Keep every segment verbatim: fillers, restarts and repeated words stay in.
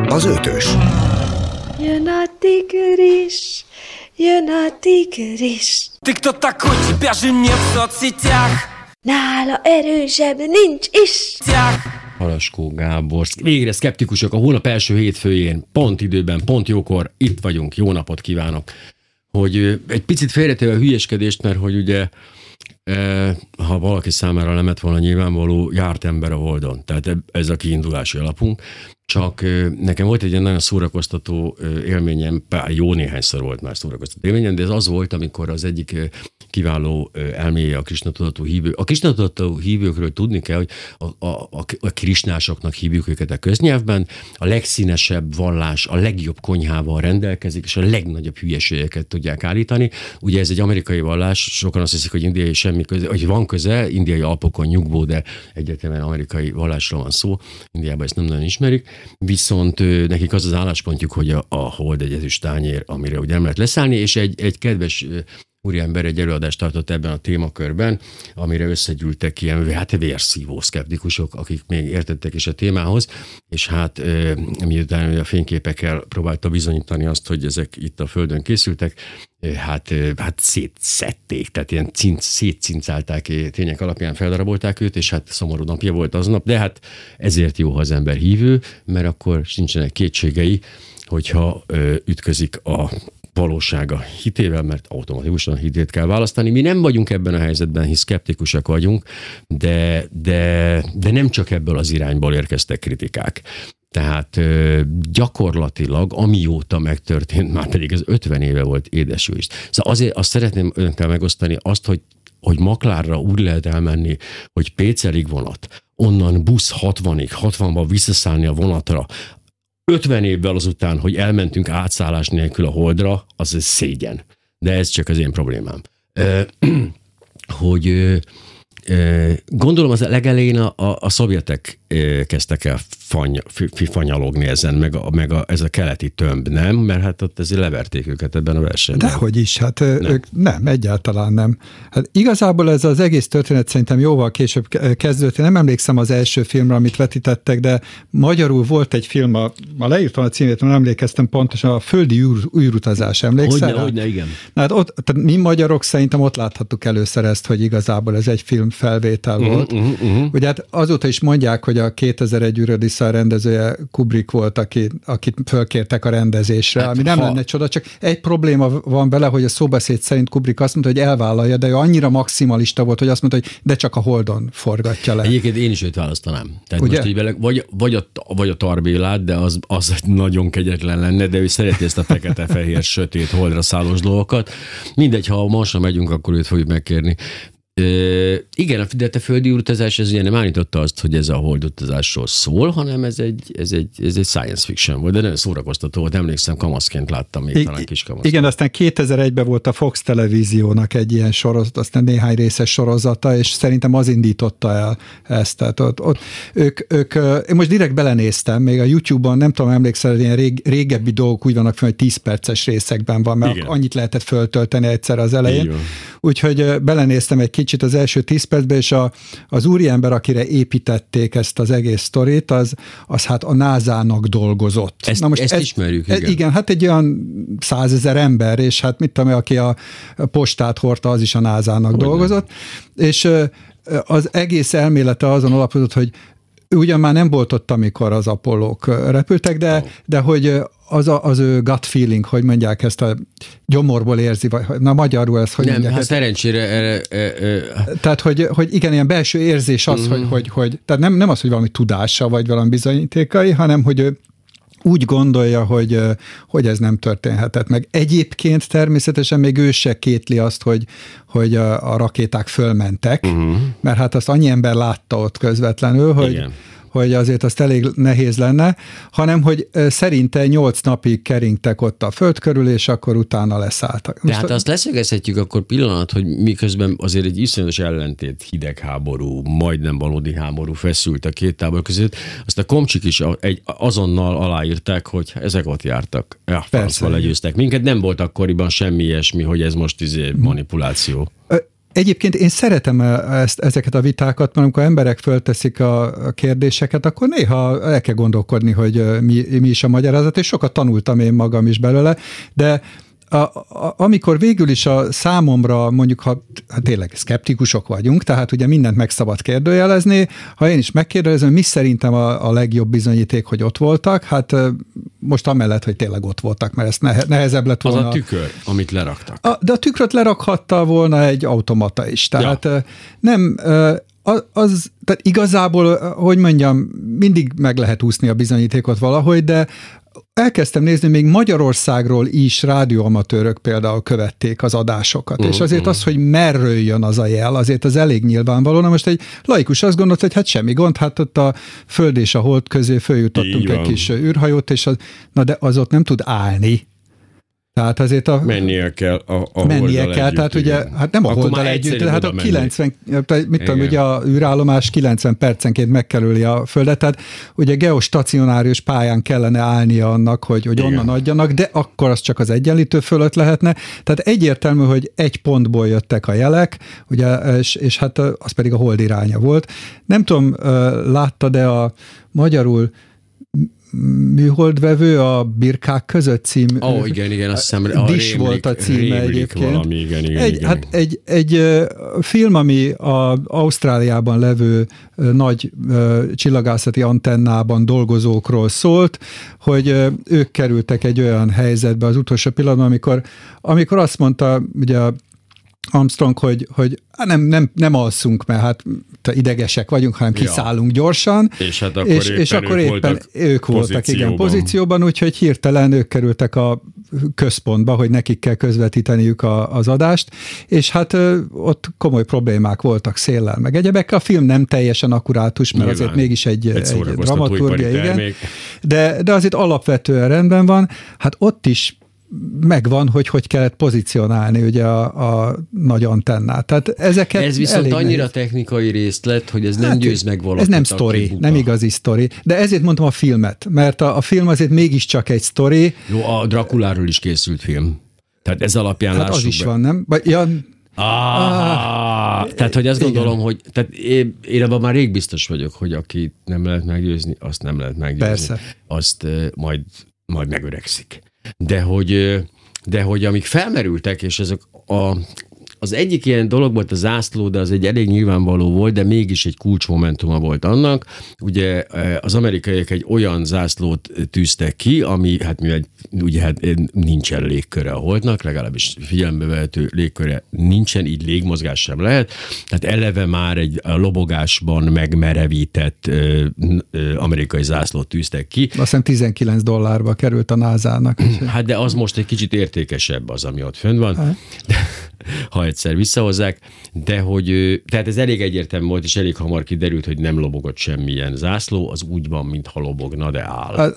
Az ötös. Jön a tigris, jön a tigris. Ты кто такой? Тебя же нет в соцсетях. Nála erősebb nincs is. Haraskó Gábor. Végre szkeptikusok a hónap első hétfőjén, pont időben, pont jókor, itt vagyunk, jó napot kívánok. Hogy egy picit félretéve a hülyeskedést, mert hogy ugye ha valaki számára nem lett volna nyilvánvaló, járt ember a Holdon. Tehát ez a kiindulási alapunk. Csak nekem volt egy ilyen nagyon szórakoztató élményem, pár jó néhányszor volt már szórakoztató élményem, de ez az volt, amikor az egyik kiváló elméje a krishnatudatú hívő. A krishnatudatú hívőkről tudni kell, hogy a, a, a, a krisnásoknak hívjuk őket a köznyelvben, a legszínesebb vallás, a legjobb konyhával rendelkezik, és a legnagyobb hülyeségeket tudják állítani. Ugye ez egy amerikai vallás, sokan azt hiszik, hogy indiai semmi köze, hogy van köze, indiai Alpokon nyugvó, de egyértelműen amerikai vallásról van szó. Indiában ezt nem nagyon ismerik. Viszont nekik az az álláspontjuk, hogy a, a hold egy ezüst tányér, amire ugye nem lehet leszállni, és egy, egy kedves úriember egy előadást tartott ebben a témakörben, amire összegyűltek ilyen hát vérszívó szkeptikusok, akik még értettek is a témához, és hát miután a fényképekkel próbálta bizonyítani azt, hogy ezek itt a Földön készültek, hát, hát szétszedték, tehát ilyen cinc, szétcincálták, tények alapján feldarabolták őt, és hát szomorú napja volt aznap, de hát ezért jó, ha az ember hívő, mert akkor sincsenek kétségei, hogyha ütközik a valósága hitével, mert automatikusan hitét kell választani. Mi nem vagyunk ebben a helyzetben, hisz szkeptikusak vagyunk, de, de, de nem csak ebből az irányból érkeztek kritikák. Tehát gyakorlatilag, amióta megtörtént, már pedig ez ötven éve volt édesül is. Szóval azért azt szeretném önökkel megosztani azt, hogy, hogy Maklárra úgy lehet elmenni, hogy Pécelig vonat, onnan busz hatvanig, hatvanba visszaszállni a vonatra, ötven évvel azután, hogy elmentünk átszállás nélkül a Holdra, az egy szégyen. De ez csak az én problémám. Hogy gondolom az legelején a, a, a szovjetek kezdtek el fany, fanyalogni ezen, meg, a, meg a, ez a keleti tömb, nem? Mert hát ott ezért leverték őket ebben a versenyben. Dehogy is, hát nem. ők nem, egyáltalán nem. Hát igazából ez az egész történet szerintem jóval később kezdődött. Én nem emlékszem az első filmre, amit vetítettek, de magyarul volt egy film, a, ma leírtam a címét, nem emlékeztem pontosan, a Földi űr, űrutazás, emlékszel? Hogyne, hogyne, igen. Na, hát ott, tehát mi magyarok szerintem ott láthattuk először ezt, hogy igazából ez egy film felvétel uh-huh, volt. Uh-huh, uh-huh. Ugye hát azóta is mondják, hogy a kétezer-egy űrödissza rendezője Kubrick volt, aki, akit fölkértek a rendezésre, hát, ami nem ha... lenne csoda, csak egy probléma van vele, hogy a szóbeszéd szerint Kubrick azt mondta, hogy elvállalja, de ő annyira maximalista volt, hogy azt mondta, hogy de csak a Holdon forgatja le. Egyébként én is őt választanám. Tehát ugye? Most így vele, vagy, vagy, a, vagy a Tarbélát, de az, az nagyon kegyetlen lenne, de ő szereti ezt a fekete-fehér, sötét, holdra szállós dolgokat. Mindegy, ha a Marsra megyünk, akkor őt fogjuk megkérni. Uh, igen, de a földi utazás, ez ugye nem állította azt, hogy ez a holdutazásról szól, hanem ez egy, ez, egy, ez egy science fiction volt, de nagyon szórakoztató volt, emlékszem, kamaszként láttam még I- talán kis kamaszként. Igen, aztán kétezer-egyben volt a Fox televíziónak egy ilyen sorozat, aztán néhány részes sorozata, és szerintem az indította el ezt. Tehát ott, ott ők, ők, én most direkt belenéztem, még a YouTube-on, nem tudom, emlékszel, ilyen rég, régebbi dolgok úgy vannak fel, hogy tíz perces részekben van, mert igen, annyit lehetett föltölteni egyszer az elején. Úgyhogy belenéztem egy kicsit az első tíz percben, és a, az úriember, akire építették ezt az egész sztorit, az, az hát a nászának dolgozott. Ezt, Na most ezt ez, ismerjük, igen. Ez, igen, hát egy olyan százezer ember, és hát mit tudom, aki a postát hordta, az is a nászának Hogy dolgozott. Nem. És az egész elmélete azon alapozott, hogy ugyan már nem volt ott, amikor az Apollók repültek, de, oh. de hogy az, a, az ő gut feeling, hogy mondják ezt a gyomorból érzi, vagy na magyarul ez, hogy nem, mondják. Hát szerencsére erre, e, e, tehát, hogy, hogy igen, ilyen belső érzés az, mm-hmm. hogy, hogy, hogy tehát nem, nem az, hogy valami tudása, vagy valami bizonyítékai, hanem, hogy ő úgy gondolja, hogy, hogy ez nem történhetett meg. Egyébként természetesen még ő se kétli azt, hogy, hogy a, a rakéták fölmentek, uh-huh. mert hát azt annyi ember látta ott közvetlenül, hogy, hogy azért azt elég nehéz lenne, hanem hogy szerinte nyolc napig keringtek ott a föld körül, és akkor utána leszálltak. Most Tehát a... azt leszögezhetjük akkor pillanat, hogy miközben azért egy iszonyatos ellentét, hidegháború, majdnem valódi háború feszült a két tábor között, azt a komcsik is egy, azonnal aláírták, hogy ezek ott jártak. Ja, francba legyőztek minket, nem volt akkoriban semmi ilyesmi, hogy ez most izé manipuláció. Egyébként én szeretem ezt, ezeket a vitákat, mert amikor emberek fölteszik a kérdéseket, akkor néha el kell gondolkodni, hogy mi, mi is a magyarázat, és sokat tanultam én magam is belőle, de A, a, amikor végül is a számomra mondjuk, ha hát tényleg szkeptikusok vagyunk, tehát ugye mindent meg szabad kérdőjelezni, ha én is megkérdezem, mi szerintem a, a legjobb bizonyíték, hogy ott voltak, hát most amellett, hogy tényleg ott voltak, mert ezt nehe, nehezebb lett volna. Az a tükör, amit leraktak. A, de a tükröt lerakhatta volna egy automata is, tehát ja. nem... Az, az, tehát igazából, hogy mondjam, mindig meg lehet úszni a bizonyítékot valahogy, de elkezdtem nézni, még Magyarországról is rádióamatőrök például követték az adásokat, uh-huh. és azért az, hogy merről jön az a jel, azért az elég nyilvánvaló. Na most egy laikus azt gondolt, hogy hát semmi gond, hát ott a Föld és a Hold közé följutottunk egy kis űrhajót, és az, na de az ott nem tud állni. Tehát azért a... Mennie kell a, a mennie Holddal kell, együtt, tehát igen. ugye, hát nem a Holddal együtt, de hát a kilencven, mit tudom, ugye a űrállomás kilencven percenként megkerüli a Földet, tehát ugye geostacionárius pályán kellene állnia annak, hogy, hogy onnan igen. adjanak, de akkor az csak az egyenlítő fölött lehetne. Tehát egyértelmű, hogy egy pontból jöttek a jelek, ugye, és, és hát az pedig a Hold iránya volt. Nem tudom, látta, de a magyarul műholdvevő a birkák között cím. Ó, oh, igen, igen, azt hiszem, a Dis volt a címe egyébként. Valami, igen, igen, egy, igen. Hát egy, egy film, ami az Ausztráliában levő nagy csillagászati antennában dolgozókról szólt, hogy ők kerültek egy olyan helyzetbe az utolsó pillanatban, amikor, amikor azt mondta, ugye Armstrong, hogy, hogy nem, nem, nem alszunk, mert hát idegesek vagyunk, hanem kiszállunk ja. gyorsan, és, hát akkor és, éppen, és akkor ők éppen voltak ők voltak igen, pozícióban, úgyhogy hirtelen ők kerültek a központba, hogy nekik kell közvetíteniük a, az adást, és hát ott komoly problémák voltak széllel, meg egyebekkel. A film nem teljesen akkurátus, mert nyilván, azért mégis egy, egy, egy dramaturgia, igen, de, de azért alapvetően rendben van. Hát ott is megvan, hogy hogy kellett pozícionálni ugye a, a nagy antennát. Tehát ezeket ez viszont annyira nehéz. Technikai részlet, hogy ez nem hát, győz meg valakit. Ez nem sztori, nem igazi sztori. De ezért mondtam a filmet, mert a, a film azért mégiscsak egy sztori. Jó, a Drakuláról is készült film. Tehát ez alapján hát lássuk az is be. van, nem? Ja, Ah, ah, tehát, hogy azt igen. gondolom, hogy tehát én, én abban már rég biztos vagyok, hogy aki nem lehet meggyőzni, azt nem lehet meggyőzni. Persze. Azt uh, majd, majd megöregszik. De hogy, de hogy amik felmerültek, és ezek a, az egyik ilyen dolog volt a zászló, de az egy elég nyilvánvaló volt, de mégis egy kulcsmomentuma volt annak. Ugye az amerikaiak egy olyan zászlót tűztek ki, ami hát mivel ugye hát nincsen légköre a Holdnak, legalábbis figyelembe vehető légköre nincsen, így légmozgás sem lehet. Tehát eleve már egy lobogásban megmerevített ö, ö, amerikai zászlót tűztek ki. Azt hiszem tizenkilenc dollárba került a nászának. Hát de az most egy kicsit értékesebb az, ami ott fönn van. Hát. Ha egyszer visszahozzák, de hogy, tehát ez elég egyértelmű volt, és elég hamar kiderült, hogy nem lobogott semmilyen zászló, az úgy van, mintha lobogna, de áll.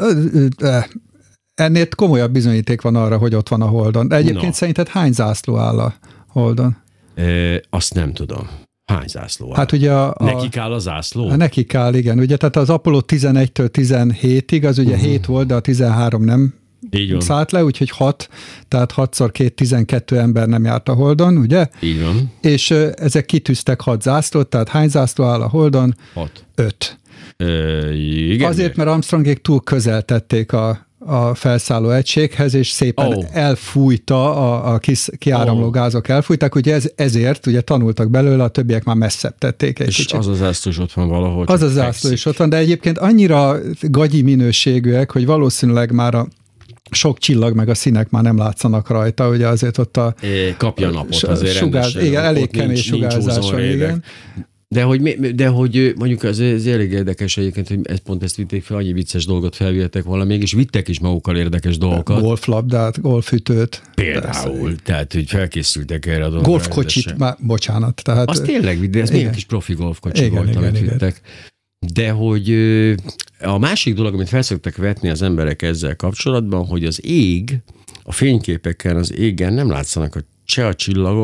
Ennél komolyabb bizonyíték van arra, hogy ott van a Holdon. De egyébként no. szerinted hány zászló áll a Holdon? E, azt nem tudom. Hány zászló áll? Hát ugye a, a, nekik áll a zászló? A nekik áll, igen. Ugye, tehát az Apollo tizenegytől tizenhétig, az ugye uh-huh. hét volt, de a tizenhárom nem szállt le, úgyhogy hat, tehát hatszor két tizenkettő ember nem járt a Holdon, ugye? Így van. És ezek kitűztek hat zászlót, tehát hány zászló áll a Holdon? Hat. Öt. Ö, igen. Azért, mert Armstrongék túl közel tették a, a felszálló egységhez, és szépen oh. elfújta, a, a kis, kiáramló oh. gázok elfújták, ugye ez, ezért ugye tanultak belőle, a többiek már messzebb tették egy és kicsit. az a zászló is ott van valahol. Az a zászló is ott van, de egyébként annyira gagyi minőségűek, hogy valószínűleg már a sok csillag meg a színek már nem látszanak rajta, ugye azért ott a... É, kapja napot azért sugáz, rendesen. Igen, elég kemény sugárzás van, igen. De hogy, de hogy mondjuk az, az elég érdekes egyébként, hogy ezt pont ezt vitték fel, annyi vicces dolgot felvihettek volna, mégis vittek is magukkal érdekes dolgokat. Golflabdát, golfütőt. Például, persze. Tehát, hogy felkészültek erre a dologra. Golfkocsit, már, bocsánat. Tehát, az tényleg, de ez még kis profi golfkocsi igen, volt, igen, amit igen. vittek. De hogy a másik dolog, amit felszoktak vetni az emberek ezzel kapcsolatban, hogy az ég, a fényképeken az égen nem látszanak a, se a csillagok,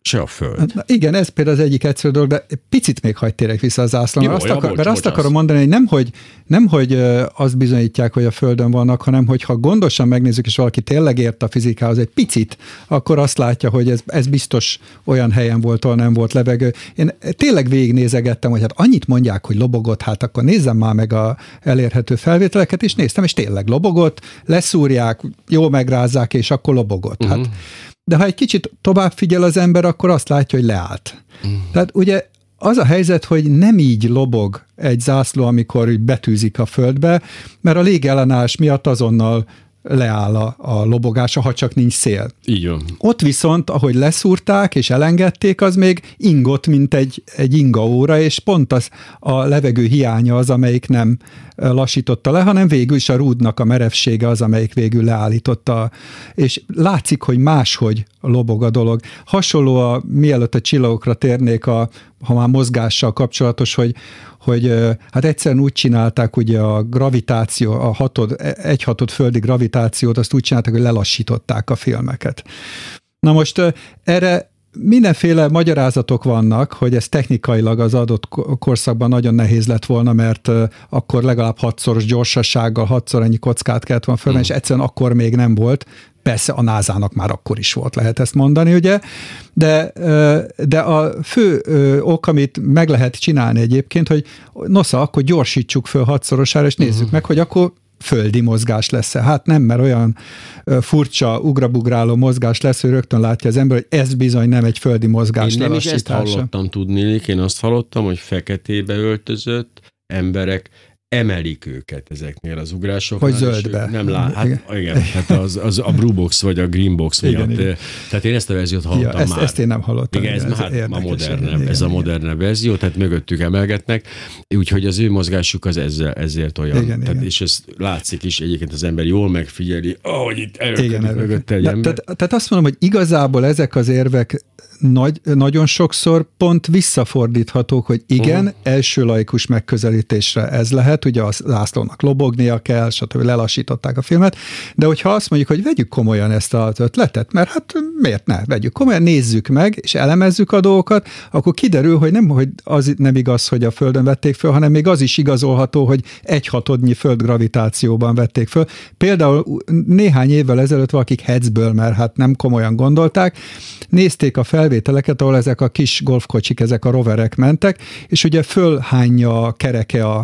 se a föld. Na, igen, ez például az egyik egyszerű dolog, de picit még hagy térek vissza az zászlón. Mert, azt, akar, mert azt akarom mondani, hogy nem, hogy nem, hogy azt bizonyítják, hogy a földön vannak, hanem hogy ha gondosan megnézzük, és valaki tényleg ért a fizikához egy picit, akkor azt látja, hogy ez, ez biztos olyan helyen volt, ahol nem volt levegő. Én tényleg végignézegettem, hogy hát annyit mondják, hogy lobogott, hát akkor nézzem már meg a elérhető felvételeket, és néztem, és tényleg lobogott, leszúrják, jól megrázzák, és akkor lobogott. Uh-huh. Hát, de ha egy kicsit tovább figyel az ember, akkor azt látja, hogy leállt. Uh-huh. Tehát ugye az a helyzet, hogy nem így lobog egy zászló, amikor betűzik a földbe, mert a légellenállás miatt azonnal leáll a, a lobogása, ha csak nincs szél. Így van. Ott viszont, ahogy leszúrták és elengedték, az még ingott, mint egy, egy ingaóra, és pont az a levegő hiánya az, amelyik nem lassította le, hanem végül is a rúdnak a merevsége az, amelyik végül leállította. És látszik, hogy máshogy lobog a dolog. Hasonló a, mielőtt a csillagokra térnék, a, ha már mozgással kapcsolatos, hogy, hogy hát egyszerűen úgy csinálták, ugye a gravitáció, a hatod, egy hatod földi gravitációt, azt úgy csinálták, hogy lelassították a filmeket. Na most erre mindenféle magyarázatok vannak, hogy ez technikailag az adott korszakban nagyon nehéz lett volna, mert akkor legalább hatszoros gyorsasággal, hatszor annyi kockát kellett volna fölvenni, mm. és egyszerűen akkor még nem volt. Persze a nászának már akkor is volt, lehet ezt mondani, ugye? De, de a fő ok, amit meg lehet csinálni egyébként, hogy nosza, akkor gyorsítsuk föl hatszorosára, és nézzük uh-huh. meg, hogy akkor földi mozgás lesz-e. Hát nem, mert olyan furcsa, ugrabugráló mozgás lesz, hogy rögtön látja az ember, hogy ez bizony nem egy földi mozgás Én nem is ezt lelassítása. hallottam tudni, én azt hallottam, hogy feketébe öltözött emberek emelik őket ezeknél az ugrásoknál. Vagy zöldbe. Nem lát, hát igen, igen hát az, az a Blue Box vagy a Green Box miatt. Igen, igen. Tehát én ezt a verziót hallottam ja, ezt, már. Ezt én nem hallottam. Igen, ez, ez már a modernebb, ez igen, a modernebb verzió, tehát mögöttük emelgetnek, úgyhogy az ő mozgásuk az ezzel, ezért olyan. Igen, tehát, igen. És ez látszik is, egyébként az ember jól megfigyeli, ahogy itt elölködik mögötte egy ember. Tehát, tehát azt mondom, hogy igazából ezek az érvek nagy, nagyon sokszor pont visszafordíthatók, hogy igen, uh-huh. első laikus megközelítésre ez lehet, ugye a zászlónak lobognia kell, stb. Lelassították a filmet, de hogyha azt mondjuk, hogy vegyük komolyan ezt az ötletet, mert hát miért ne, vegyük komolyan, nézzük meg, és elemezzük a dolgokat, akkor kiderül, hogy nem, hogy az nem igaz, hogy a Földön vették föl, hanem még az is igazolható, hogy egy hatodnyi földgravitációban vették föl. Például néhány évvel ezelőtt valakik Hetzből, mert hát nem komolyan gondolták, nézték a felvételeket, ahol ezek a kis golfkocsik, ezek a roverek mentek, és ugye fölhányja a kereke a,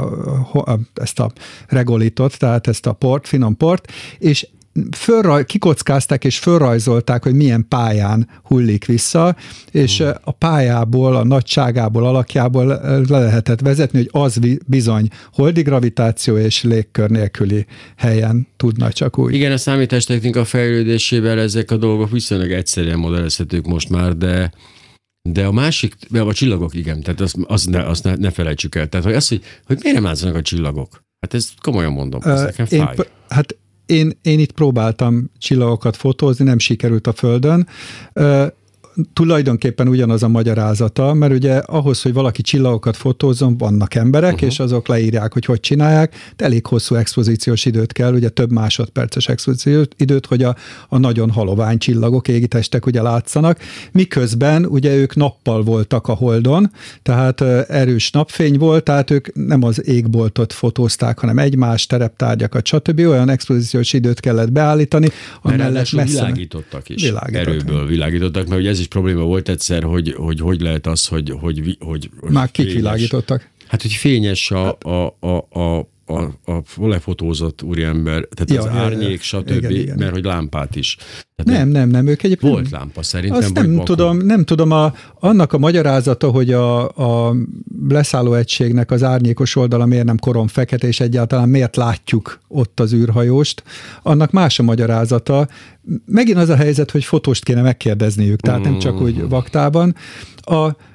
a, a, ezt a regolitot, tehát ezt a port, finom port, és fölraj, kikockázták és fölrajzolták, hogy milyen pályán hullik vissza, és hmm. a pályából, a nagyságából, alakjából le lehetett vezetni, hogy az bizony holdi gravitáció és légkör nélküli helyen tudna csak úgy. Igen, a számítástechnika fejlődésével ezek a dolgok viszonylag egyszerűen modellezhetők most már, de de a másik, a csillagok, igen, tehát azt, azt, ne, azt ne, ne felejtsük el. Tehát, hogy az, hogy, hogy miért nem látszanak a csillagok? Hát ezt komolyan mondom, ez uh, nekem fáj. Én, hát én, én itt próbáltam csillagokat fotózni, nem sikerült a Földön. Uh, tulajdonképpen ugyanaz a magyarázata, mert ugye ahhoz, hogy valaki csillagokat fotózzon, vannak emberek, uh-huh. és azok leírják, hogy hogy csinálják, de elég hosszú expozíciós időt kell, ugye több másodperces expozíciós időt, hogy a, a nagyon halovány csillagok, égitestek ugye látszanak, miközben ugye ők nappal voltak a Holdon, tehát erős napfény volt, tehát ők nem az égboltot fotózták, hanem egymás tereptárgyakat, stb. Olyan expozíciós időt kellett beállítani, amellett messze... világítottak is. Világítottak. Erőből világítottak, mert ugye ez is probléma volt egyszer, hogy hogy, hogy lehet az, hogy... hogy, hogy Már kik világítottak? Hát, hogy fényes a, a, a, a, a, a lefotózott úriember, tehát ja, az ja, árnyék, ja. stb., igen, igen. mert hogy lámpát is. Tehát nem, nem, nem, ők egyébként... Volt lámpa szerintem. Azt nem tudom, nem tudom, a, annak a magyarázata, hogy a, a leszálló egységnek az árnyékos oldala miért nem korom fekete, és egyáltalán miért látjuk ott az űrhajóst, annak más a magyarázata. Megint az a helyzet, hogy fotóst kéne megkérdezniük, tehát nem csak úgy vaktában. A,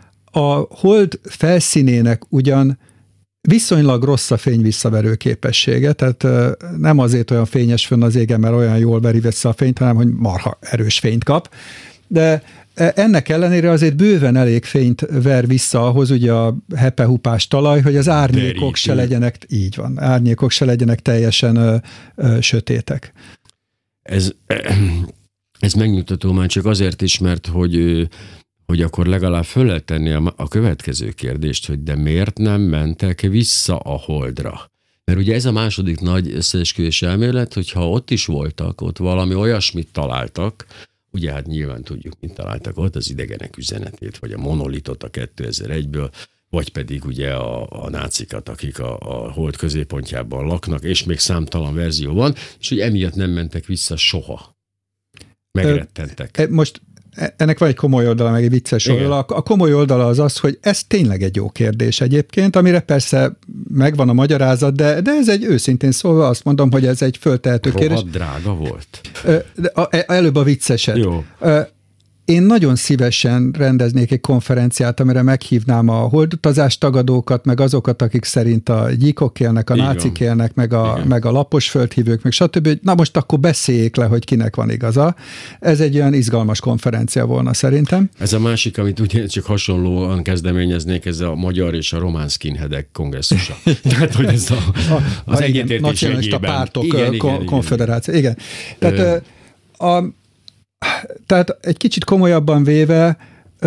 a hold felszínének ugyan viszonylag rossz a fény visszaverő képessége, tehát nem azért olyan fényes fönn az égen, mert olyan jól veri vissza a fényt, hanem hogy marha erős fényt kap. De ennek ellenére azért bőven elég fényt ver vissza ahhoz, ugye a hepehupás talaj, hogy az árnyékok Derítő. se legyenek, így van, árnyékok se legyenek teljesen ö, ö, sötétek. Ez... Ez megnyugtató már csak azért is, mert hogy, hogy akkor legalább föl lehet tenni a, a következő kérdést, hogy de miért nem mentek vissza a Holdra? Mert ugye ez a második nagy összeesküvés elmélet, hogyha ott is voltak, ott valami olyasmit találtak, ugye hát nyilván tudjuk, mit találtak ott, az idegenek üzenetét, vagy a monolitot a kétezer-egyből, vagy pedig ugye a, a nácikat, akik a, a Hold középpontjában laknak, és még számtalan verzió van, és hogy emiatt nem mentek vissza soha. Megrettentek. Most ennek van egy komoly oldala, meg egy vicces oldala. A komoly oldala az az, hogy ez tényleg egy jó kérdés egyébként, amire persze megvan a magyarázat, de, de ez egy őszintén szólva azt mondom, hogy ez egy föltehető kérdés. Rohadt drága volt. Előbb a vicceset. Jó. Én nagyon szívesen rendeznék egy konferenciát, amire meghívnám a holdutazás tagadókat, meg azokat, akik szerint a gyíkok élnek, a így nácik van. élnek, meg a, meg a lapos földhívők, meg stb. Na most akkor beszéljék le, hogy kinek van igaza. Ez egy olyan izgalmas konferencia volna szerintem. Ez a másik, amit ugye csak hasonlóan kezdeményeznék, ez a magyar és a román skinheadek kongresszusa. Tehát, hogy ez a, az egyetértés nacionalista pártok igen, kon- igen, konfederáció. Igen. Tehát a Tehát egy kicsit komolyabban véve,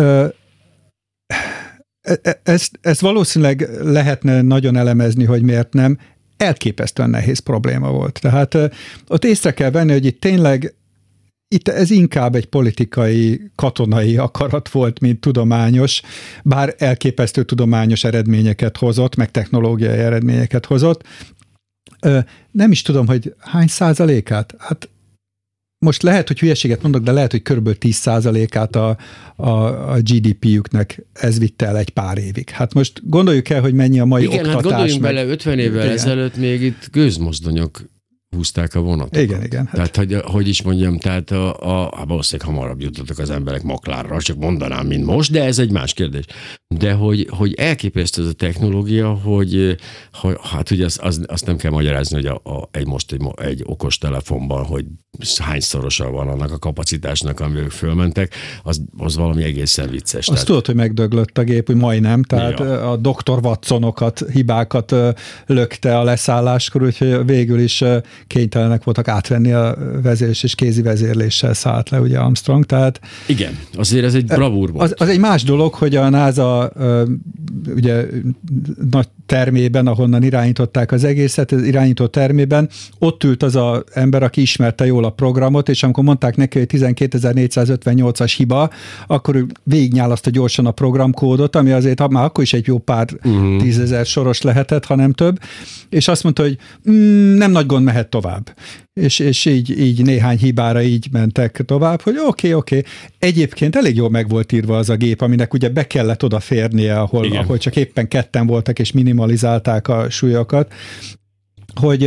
ezt, ezt valószínűleg lehetne nagyon elemezni, hogy miért nem. Elképesztően nehéz probléma volt. Tehát ott észre kell venni, hogy itt tényleg itt ez inkább egy politikai, katonai akarat volt, mint tudományos, bár elképesztő tudományos eredményeket hozott, meg technológiai eredményeket hozott. Nem is tudom, hogy hány százalékát? Hát most lehet, hogy hülyeséget mondok, de lehet, hogy körülbelül tíz százalékát a, a, a gé dé pé-jüknek ez vitte el egy pár évig. Hát most gondoljuk el, hogy mennyi a mai igen, oktatás. Igen, hát gondoljunk meg... bele, ötven évvel igen. ezelőtt még itt gőzmozdonyok húzták a vonatot. Igen, igen. Hát. Tehát, hogy, hogy is mondjam, tehát a, a, a valószínűleg hamarabb jutottak az emberek Maklárra, csak mondanám, mint most, de ez egy más kérdés. De hogy, hogy elképesztő ez a technológia, hogy, hogy hát ugye azt, az, azt nem kell magyarázni, hogy a, a, egy most egy, egy okos telefonban, hogy hányszorosa van annak a kapacitásnak, amivel fölmentek, az, az valami egészen vicces. Azt tehát... tudod, hogy megdöglött a gép, hogy majdnem, tehát ja. a doktor Watsonokat, hibákat lökte a leszálláskor, úgyhogy végül is kénytelenek voltak átvenni a vezérlés, és kézi vezérléssel szállt le ugye Armstrong, tehát... Igen, azért ez egy bravúr volt. Az, az egy más dolog, hogy a NASA ugye nagy termében, ahonnan irányították az egészet, az irányító termében, ott ült az az ember, aki ismerte jól a programot, és amikor mondták neki, hogy tizenkétezer-négyszázötvennyolcas hiba, akkor ő végignyálaszta gyorsan a programkódot, ami azért már akkor is egy jó pár uh-huh. tízezer soros lehetett, ha nem több, és azt mondta, hogy mm, nem nagy gond, mehet tovább. És, és így, így néhány hibára így mentek tovább, hogy oké, okay, oké. Okay. Egyébként elég jól meg volt írva az a gép, aminek ugye be kellett odaférnie, ahol, ahol csak éppen ketten voltak, és minimalizálták a súlyokat, hogy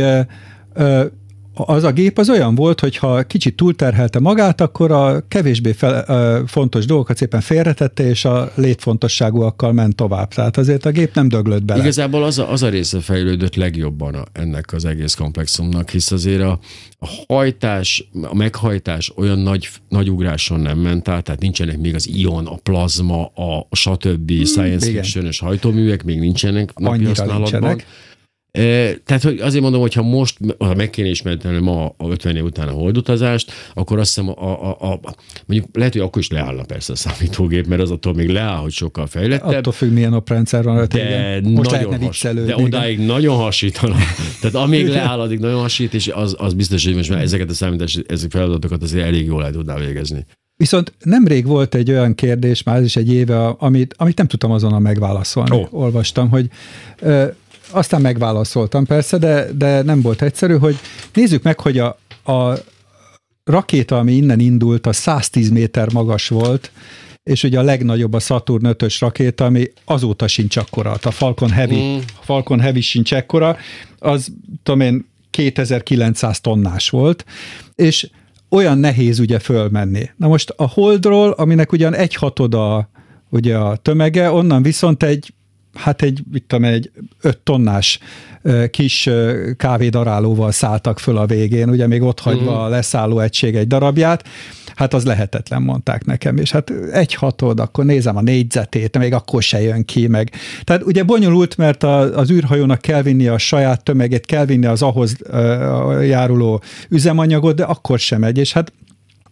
az a gép az olyan volt, hogy ha kicsit túlterhelte magát, akkor a kevésbé fel, fontos dolgokat szépen félretette, és a létfontosságúakkal ment tovább. Tehát azért a gép nem döglött bele. Igazából az a, az a része fejlődött legjobban a, ennek az egész komplexumnak, hisz azért a, a hajtás, a meghajtás olyan nagy, nagy ugráson nem ment át, tehát nincsenek még az ion, a plazma, a stb. Hmm, science fiction-ös hajtóművek, még nincsenek napi használatban. Nincsenek. Tehát hogy azért mondom, hogy ha most, ha meg kéne ismerteni ma a ötven év után a holdutazást, akkor azt hiszem, a, a, a, mondjuk lehet, hogy akkor is leállna persze a számítógép, mert az attól még leáll, hogy sokkal fejlettebb. Attól függ, milyen oprendszer van. De, most lehetne viccelődni. De odáig nagyon hasítana. Tehát amíg leáll, addig nagyon hasít, és az, az biztos, hogy most már ezeket a számítási ezek feladatokat azért elég jól el tudná végezni. Viszont nemrég volt egy olyan kérdés, már ez is egy éve, amit, amit nem tudtam azonnal megválaszolni. Oh. Olvastam, hogy aztán megválaszoltam persze, de, de nem volt egyszerű, hogy nézzük meg, hogy a, a rakéta, ami innen indult, a száztíz méter magas volt, és ugye a legnagyobb a Saturn ötös rakéta, ami azóta sincs akkora. A Falcon Heavy, mm. Falcon Heavy sincs ekkora, az tudom én kétezer-kilencszáz tonnás volt, és olyan nehéz ugye fölmenni. Na most a Holdról, aminek ugyan egy hatoda ugye a tömege, onnan viszont egy hát egy, mit tudom, egy öt tonnás kis kávédarálóval szálltak föl a végén, ugye még ott hagyva a leszálló egység egy darabját, hát az lehetetlen, mondták nekem, és hát egy hatod, akkor nézem a négyzetét, még akkor se jön ki, meg. Tehát ugye bonyolult, mert a, az űrhajónak kell vinni a saját tömegét, kell vinni az ahhoz járuló üzemanyagot, de akkor sem megy, és hát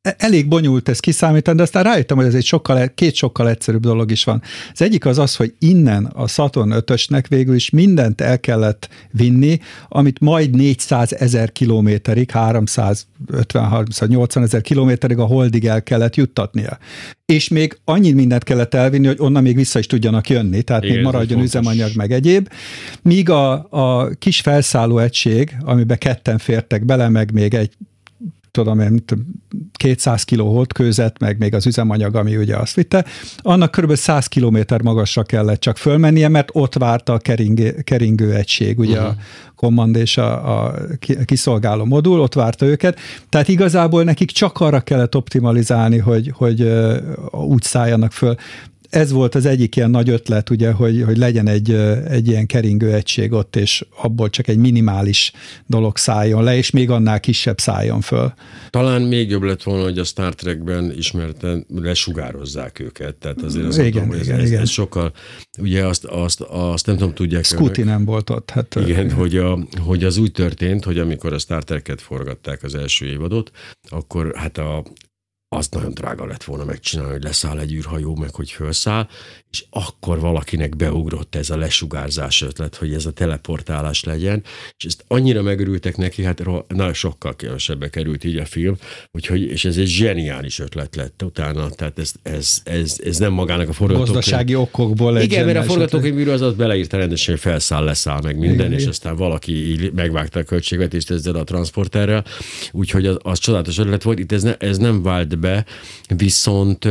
elég bonyolult ez kiszámítani, de aztán rájöttem, hogy ez egy sokkal, két sokkal egyszerűbb dolog is van. Az egyik az az, hogy innen a Saturn ötösnek végül is mindent el kellett vinni, amit majd négyszázezer kilométerig, háromszázötven-háromszáznyolcvan ezer kilométerig a Holdig el kellett juttatnia. És még annyi mindent kellett elvinni, hogy onnan még vissza is tudjanak jönni, tehát igen, még maradjon üzemanyag meg egyéb. Míg a, a kis felszálló egység, amiben ketten fértek bele, meg még egy tudom én, kétszáz kiló holdkőzet, meg még az üzemanyag, ami ugye azt vitte, annak kb. száz kilométer magasra kellett csak fölmennie, mert ott várta a keringő, keringő egység, ugye uh-huh. a command és a, a kiszolgáló modul, ott várta őket, tehát igazából nekik csak arra kellett optimalizálni, hogy, hogy úgy szálljanak föl. Ez volt az egyik ilyen nagy ötlet, ugye, hogy, hogy legyen egy, egy ilyen keringő egység ott, és abból csak egy minimális dolog szálljon le, és még annál kisebb szálljon föl. Talán még jobb lett volna, hogy a Star Trekben ismerten lesugározzák őket, tehát azért azt igen, mondom, igen, ez, igen. ez sokkal, ugye azt, azt, azt nem tudom, tudják. Scooty nem volt ott. Hát, igen, hogy, a, hogy az úgy történt, hogy amikor a Star Trek-et forgatták az első évadot, akkor hát a azt nagyon drága lett volna megcsinálni, hogy leszáll egy űrhajó, meg hogy felszáll, és akkor valakinek beugrott ez a lesugárzás ötlet, hogy ez a teleportálás legyen, és ezt annyira megörültek neki, hát nagyon sokkal kevesebbe került így a film, úgyhogy, és ez egy zseniális ötlet lett utána, tehát ez, ez, ez, ez nem magának a forgatókönyv. Gazdasági okokból egy igen, mert a forgatókönyvíró az ott beleírta rendesen, hogy felszáll, leszáll meg minden, igen, és aztán valaki így megvágta a költségvetést ezzel a transporterrel, úgyhogy az, az csodálatos ötlet volt. Itt ez, ne, ez nem vált be, viszont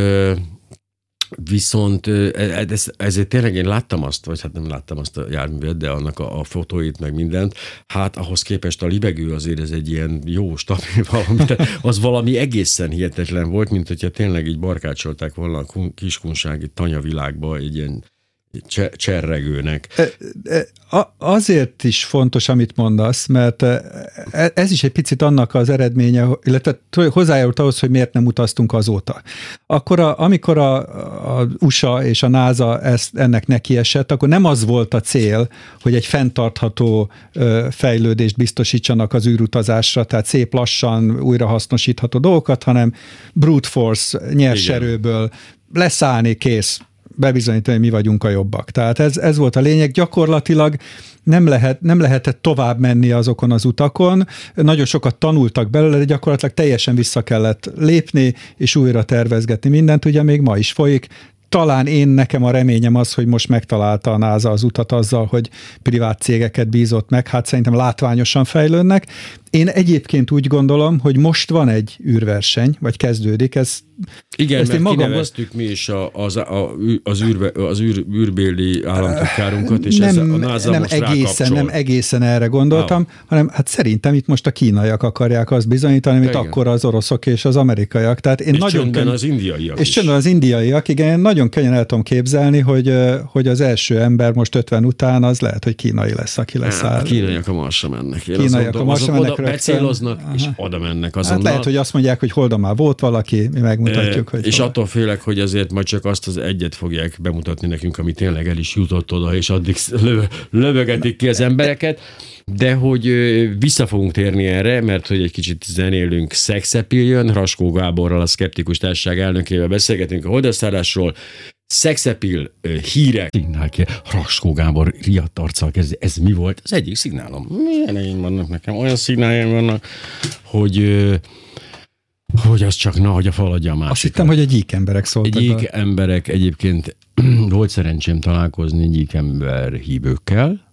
viszont ez, ezért tényleg én láttam azt, vagy hát nem láttam azt a járművet, de annak a, a fotóit, meg mindent, hát ahhoz képest a libegő azért ez egy ilyen jó, stabil valami, az valami egészen hihetetlen volt, mint hogyha tényleg így barkácsolták volna a kiskunsági tanyavilágba egy ilyen cserregőnek. Azért is fontos, amit mondasz, mert ez is egy picit annak az eredménye, illetve hozzájárult ahhoz, hogy miért nem utaztunk azóta. Akkor, a, amikor a, a u es á és a NASA ezt, ennek nekiesett, akkor nem az volt a cél, hogy egy fenntartható fejlődést biztosítsanak az űrutazásra, tehát szép lassan újrahasznosítható dolgokat, hanem brute force, nyers igen. erőből leszállni, kész, bebizonyítani, hogy mi vagyunk a jobbak. Tehát ez, ez volt a lényeg. Gyakorlatilag nem, lehet, nem lehetett tovább menni azokon az utakon. Nagyon sokat tanultak belőle, de gyakorlatilag teljesen vissza kellett lépni, és újra tervezgetni mindent. Ugye még ma is folyik. Talán én, nekem a reményem az, hogy most megtalálta a NASA az utat azzal, hogy privát cégeket bízott meg. Hát szerintem látványosan fejlődnek. Én egyébként úgy gondolom, hogy most van egy űrverseny, vagy kezdődik. Ez, igen, ezt mert magamból... kineveztük mi is a, az, a, az, űr, az űr, űrbéli államtitkárunkat, és nem, ez a NASA nem most egészen, rákapcsol. Nem egészen erre gondoltam, ah. hanem hát szerintem itt most a kínaiak akarják azt bizonyítani, amit akkor az oroszok és az amerikaiak. Tehát én és nagyon csöndben könny... az indiaiak És is. csöndben az indiaiak, igen, én nagyon könnyen el tudom képzelni, hogy, hogy az első ember most ötven után az lehet, hogy kínai lesz, aki leszáll. A kínaiak a Marsra mennek. Én kínaiak a Marsra mennek. Oda becéloznak, és oda mennek azonnal. Hát lehet, hogy azt mondják, hogy Holdon már volt valaki, mi megmutatjuk, e, hogy... És hol. attól félek, hogy azért majd csak azt az egyet fogják bemutatni nekünk, ami tényleg el is jutott oda, és addig lövögetik ki az embereket, de hogy vissza fogunk térni erre, mert hogy egy kicsit zenélünk Sex Appeal-jön, Raskó Gáborral, a Szkeptikus Társaság elnökével beszélgetünk a holdösszállásról, Sex Appeal hírek. Szignál ki, Raskó Gábor riadt arccal kezdi. Ez mi volt? Az egyik szignálom. Milyen én vannak nekem? Olyan szignáljaim vannak, hogy, hogy az csak na, hogy a fal adja a másikat. Azt hittem, hogy a gyík emberek szóltak. Gyík emberek egyébként volt szerencsém találkozni gyík ember hívőkkel.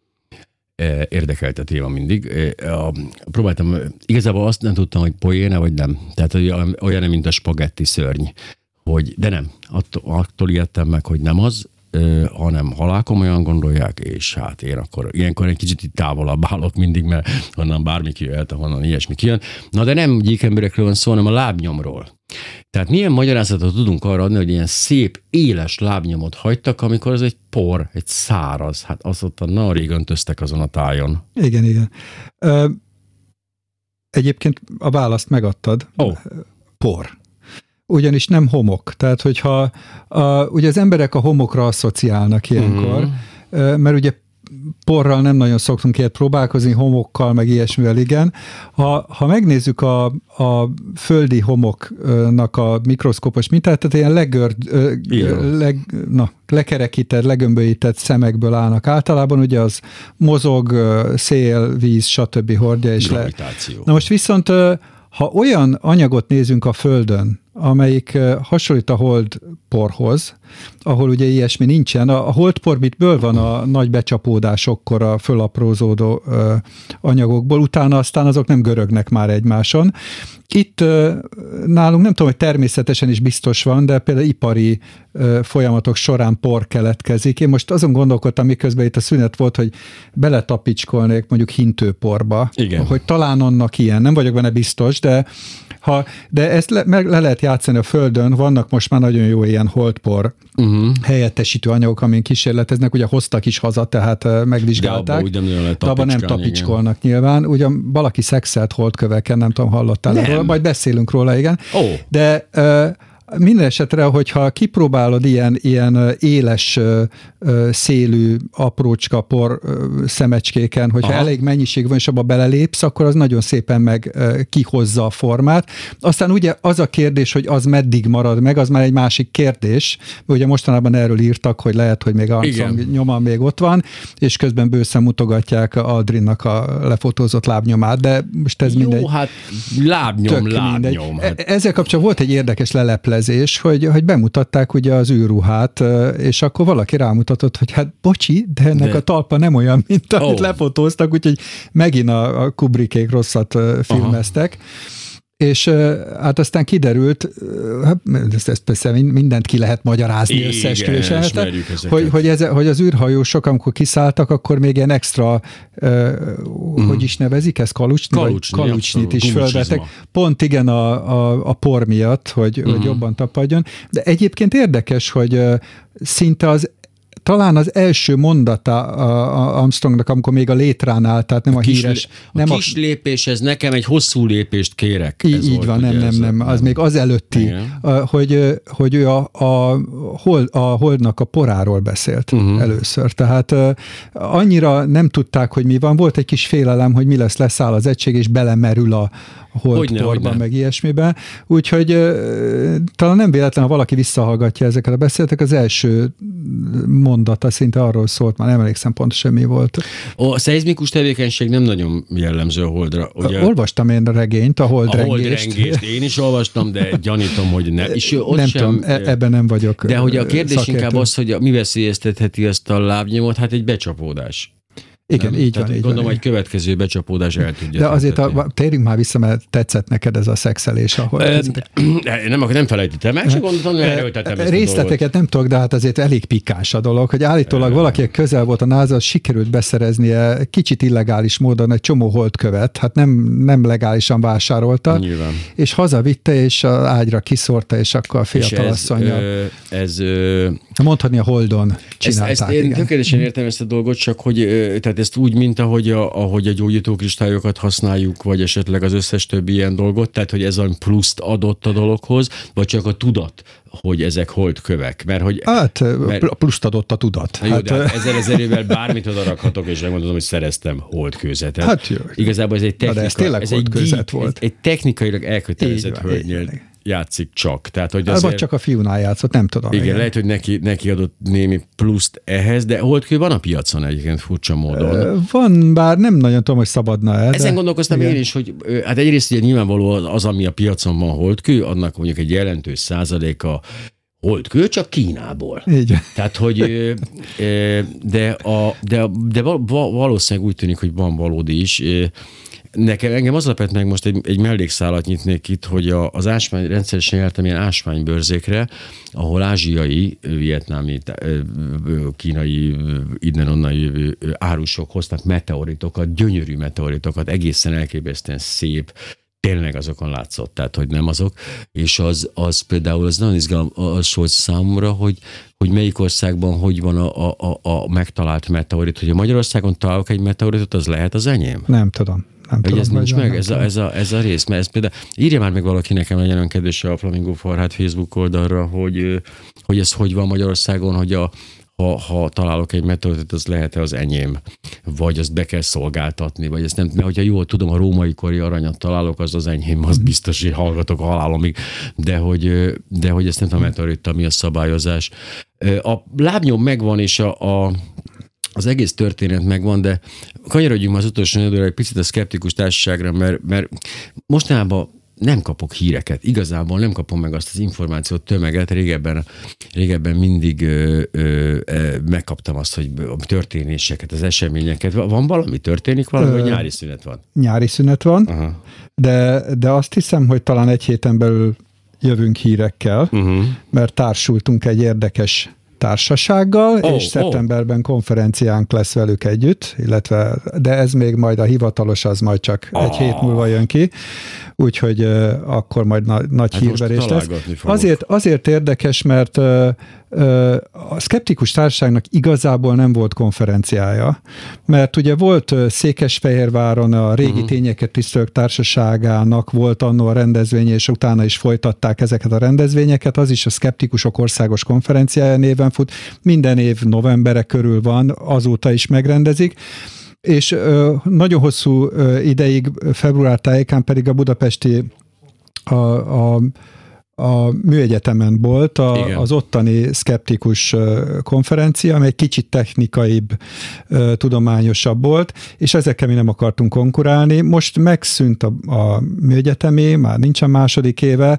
Érdekelt a téma mindig. Próbáltam, igazából azt nem tudtam, hogy poéna vagy nem. Tehát olyan, mint a spagetti szörny. Hogy, de nem, attól, attól ijedtem meg, hogy nem az, ö, hanem halálkomolyan gondolják, és hát én akkor ilyenkor egy kicsit távolabb állok mindig, mert honnan bármi kijöhet, ahonnan ilyesmi kijön. Na de nem gyík emberekről van szó, hanem a lábnyomról. Tehát milyen magyarázatot tudunk arra adni, hogy ilyen szép, éles lábnyomot hagytak, amikor az egy por, egy száraz, hát az ott a na régen töztek azon a tájon. Igen, igen. Ö, egyébként a választ megadtad. Oh. Por. Ugyanis nem homok. Tehát, hogyha a, ugye az emberek a homokra asszociálnak ilyenkor, uh-huh. mert ugye porral nem nagyon szoktunk ilyet próbálkozni, homokkal, meg ilyesmivel igen. Ha, ha megnézzük a, a földi homoknak a mikroszkópos mintát, tehát ilyen legörd, leg, na, lekerekített, legömbölyített szemekből állnak általában, ugye az mozog, szél, víz, stb. Hordja. És le. Na most viszont, ha olyan anyagot nézünk a Földön, amelyik hasonlít a holdporhoz, ahol ugye ilyesmi nincsen. A holdpor mitből van a nagy becsapódásokkor a fölaprózódó anyagokból, utána aztán azok nem görögnek már egymáson. Itt nálunk nem tudom, hogy természetesen is biztos van, de például ipari folyamatok során por keletkezik. Én most azon gondolkodtam, miközben itt a szünet volt, hogy beletapicskolnék mondjuk hintőporba, igen. Hogy talán annak ilyen, nem vagyok benne biztos, de Ha, de ezt le, meg le lehet játszani a Földön, vannak most már nagyon jó ilyen holdpor uh-huh. helyettesítő anyagok, amin kísérleteznek, ugye hoztak is haza, tehát megvizsgálták. De abban nem tapicskolnak igen. nyilván. Ugyan valaki szexelt holdköveken, nem tudom, hallottál róla, majd beszélünk róla, igen. Oh. De uh, minden esetre, hogyha kipróbálod ilyen, ilyen éles szélű aprócska por szemecskéken, hogyha aha. elég mennyiség van, és abba belelépsz, akkor az nagyon szépen meg kihozza a formát. Aztán ugye az a kérdés, hogy az meddig marad meg, az már egy másik kérdés. Ugye mostanában erről írtak, hogy lehet, hogy még Armstrong nyoma még ott van, és közben bőszen mutogatják Aldrinnak a lefotózott lábnyomát, de most ez jó, mindegy. Jó, hát lábnyom, lábnyom. Hát. Ezzel kapcsolatban volt egy érdekes leleplezés, hogy, hogy bemutatták ugye az űrruhát, és akkor valaki rámutatott, hogy hát bocsi, de ennek de... a talpa nem olyan, mint amit oh. lefotóztak, úgyhogy megint a, a Kubrickék rosszat filmeztek. Aha. És hát aztán kiderült, ezt, ezt persze mindent ki lehet magyarázni összeesküvésen, hogy, hogy, ez, hogy az űrhajósok, amikor kiszálltak, akkor még ilyen extra, uh, hogy is nevezik, ez kalucsni? Kalucsni, kalucsnit is fölvettek. Pont igen a, a, a por miatt, hogy, uh-huh. hogy jobban tapadjon. De egyébként érdekes, hogy szinte az talán az első mondata a Armstrongnak, amikor még a létrán állt, tehát nem a, a kis, híres... Nem a kis a, lépés, ez nekem egy hosszú lépést kérek. Így, így volt, van, nem, nem, nem, az nem. Még az előtti, igen. hogy, hogy ő a, a, hold, a holdnak a poráról beszélt uh-huh. először. Tehát annyira nem tudták, hogy mi van. Volt egy kis félelem, hogy mi lesz, leszáll az egység, és belemerül a holdporban, meg ilyesmiben. Úgyhogy talán nem véletlen, ha valaki visszahallgatja ezeket a beszéltek, az első mondata szinte arról szólt, már nem emlékszem pontosan mi volt. A szeizmikus tevékenység nem nagyon jellemző a holdra. Ugye? Olvastam én a regényt, a holdrengést. A holdrengést én is olvastam, de gyanítom, hogy ne. És ott nem sem, tudom, ebben nem vagyok de hogy a kérdés szakértő. Inkább az, hogy mi veszélyeztetheti ezt a lábnyomot, hát egy becsapódás. Igen, nem? így Tehát van. Így gondolom, van. hogy következő becsapódás el tudja. De azért a, térjünk már vissza, mert tetszett neked ez a szexelés. Ahol e, nem, nem felejtettem el, csak gondoltam, hogy erőltetem ezt részleteket nem tudok, de hát azért elég pikáns a dolog, hogy állítólag e, valaki közel volt a NASA, sikerült beszereznie kicsit illegális módon egy csomó holdkövet, hát nem, nem legálisan vásárolta, nyilván. És hazavitte, és az ágyra kiszórta, és akkor a fiatalasszonyja. Ez... Mondhatni a holdon csinálták. Ezt, ezt én tökéletesen értem ezt a dolgot, csak hogy tehát ezt úgy, mint ahogy a, ahogy a gyógyítókristályokat használjuk, vagy esetleg az összes többi ilyen dolgot, tehát hogy ez a pluszt adott a dologhoz, vagy csak a tudat, hogy ezek holdkövek. Mert hogy... Hát, mert, pluszt adott a tudat. Jó, hát, de hát ezer ezer évvel bármit oda rakhatok, és megmondom, hogy szereztem holdkőzetet. Hát jó. Igazából ez egy technika, de ez tényleg ez holdkőzet egy, volt. Egy, egy technikailag elkötelezett hölgynél játszik csak. Tehát, hogy azért... Vagy csak a fiúnál játszott, nem tudom. Igen, igen. Lehet, hogy neki, neki adott némi pluszt ehhez, de holdkő van a piacon egyébként furcsa módon. Van, bár nem nagyon tudom, hogy szabadna el. Ezen gondolkoztam igen. én is, hogy hát egyrészt ugye nyilvánvaló az, ami a piacon van holdkő, annak mondjuk egy jelentős százaléka holdkő, csak Kínából. Így. Tehát, hogy de, a, de, de valószínűleg úgy tűnik, hogy van valódi is. Nekem engem az lepett meg, most egy, egy mellékszálat nyitnék itt, hogy a, az ásvány, rendszeresen jártam ilyen ásványbőrzékre, ahol ázsiai, vietnámi, kínai, innen-onnan jövő árusok hoztak meteoritokat, gyönyörű meteoritokat, egészen elképesztően szép, tényleg azokon látszott, tehát hogy nem azok, és az, az például az nagyon izgalmas volt számomra, hogy, hogy melyik országban hogy van a, a, a megtalált meteorit, hogy a Magyarországon találok egy meteoritot, az lehet az enyém? Nem tudom. Nem hogy tudom, ez nincs meg, nem ez a, ez, a, ez a rész, mert ez például, írja már meg valaki nekem, legyen olyan kedves a Flamingó Farhát Facebook oldalra, hogy, hogy ez hogy van Magyarországon, hogy a ha, ha találok egy meteoritot, az lehet-e az enyém, vagy azt be kell szolgáltatni, vagy ezt nem, mert hogyha jól tudom, a római kori aranyat találok, az az enyém, az biztos, hogy hallgatok a halálomig, de hogy, de hogy ezt nem tudom, a meteorita, mi a szabályozás. A lábnyom megvan, és a, a az egész történet megvan, de kanyarodjunk már az utolsó negyedre egy picit a szkeptikus társaságra, mert, mert mostanában nem kapok híreket. Igazából nem kapom meg azt az információt, tömeget. Régebben, régebben mindig ö, ö, ö, megkaptam azt, hogy a történéseket, az eseményeket. Van valami? Történik valami, vagy nyári szünet van? Nyári szünet van, de, de azt hiszem, hogy talán egy héten belül jövünk hírekkel, uh-huh. mert társultunk egy érdekes társasággal, oh, és szeptemberben oh. konferenciánk lesz velük együtt, illetve, de ez még majd a hivatalos, az majd csak oh. egy hét múlva jön ki, úgyhogy uh, akkor majd na- nagy hát hírverés lesz. Azért, azért érdekes, mert uh, uh, a szkeptikus társaságnak igazából nem volt konferenciája, mert ugye volt uh, Székesfehérváron a régi uh-huh. tényeket tisztelők társaságának volt annó a rendezvény, és utána is folytatták ezeket a rendezvényeket, az is a Szkeptikusok Országos Konferenciája néven fut, minden év novembere körül van, azóta is megrendezik, és ö, nagyon hosszú ö, ideig, február tájékán pedig a budapesti a, a, a műegyetemen volt a, az ottani szkeptikus konferencia, amely egy kicsit technikaibb, ö, tudományosabb volt, és ezekkel mi nem akartunk konkurálni. Most megszűnt a, a műegyetemé, már nincsen második éve,